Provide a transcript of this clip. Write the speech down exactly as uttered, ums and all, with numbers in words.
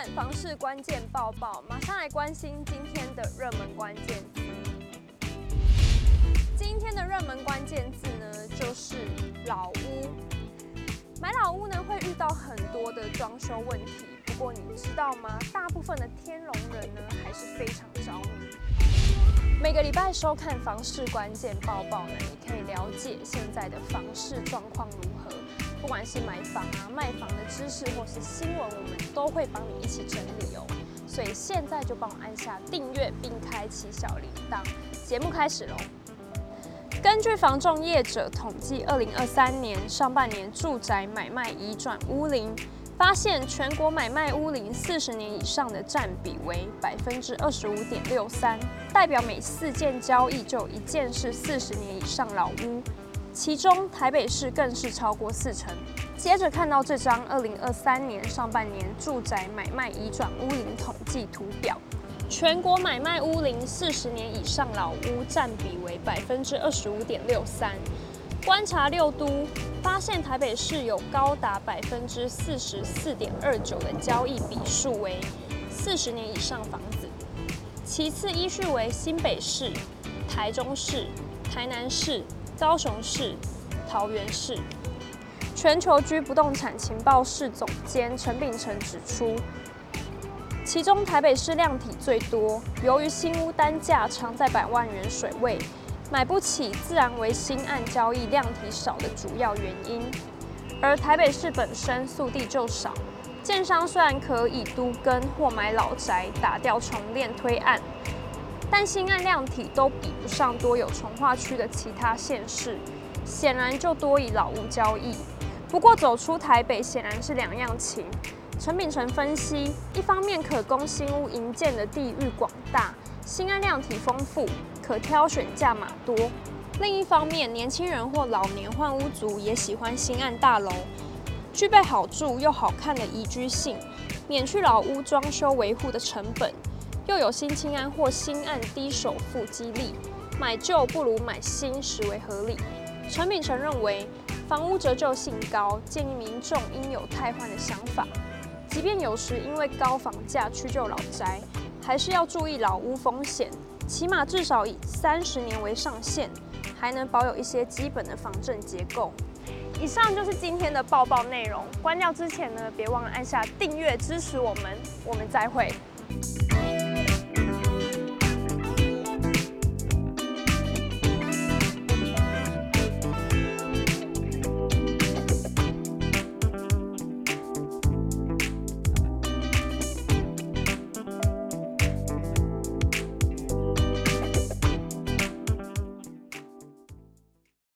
看房市关键报报，马上来关心今天的热门关键字。今天的热门关键字呢，就是老屋。买老屋呢，会遇到很多的装修问题。不过你知道吗？大部分的天龙人呢，还是非常着迷。每个礼拜收看房市关键报报呢，你可以了解现在的房市状况如何。不管是买房啊、卖房的知识，或是新闻，我们都会帮你一起整理哦。所以现在就帮我按下订阅，并开启小铃铛。节目开始喽！根据房仲业者统计，二零二三年上半年住宅买卖移转屋龄，发现全国买卖屋龄四十年以上的占比为百分之二十五点六三，代表每四件交易就有一件是四十年以上老屋。其中台北市更是超过四成。接着看到这张二零二三年上半年住宅买卖移转屋龄统计图表，全国买卖屋龄四十年以上老屋占比为百分之二十五点六三。观察六都，发现台北市有高达百分之四十四点二九的交易比数为四十年以上房子，其次依序为新北市、台中市、台南市、高雄市、桃园市。全球居不动产情报室总监陈秉成指出，其中台北市量体最多，由于新屋单价常在百万元水位，买不起自然为新案交易量体少的主要原因。而台北市本身素地就少，建商虽然可以都更或买老宅打掉重练推案，但新案量体都比不上多有重划区的其他县市，显然就多以老屋交易。不过走出台北显然是两样情。陈秉成分析，一方面可供新屋营建的地域广大，新案量体丰富，可挑选价码多；另一方面，年轻人或老年换屋族也喜欢新案大楼，具备好住又好看的宜居性，免去老屋装修维护的成本。又有新青安或新案低首付激励，买旧不如买新实为合理。陈秉成认为，房屋折旧性高，建议民众应有汰换的想法。即便有时因为高房价屈就老宅，还是要注意老屋风险，起码至少以三十年为上限，还能保有一些基本的防震结构。以上就是今天的报报内容。关掉之前呢，别忘了按下订阅支持我们。我们再会。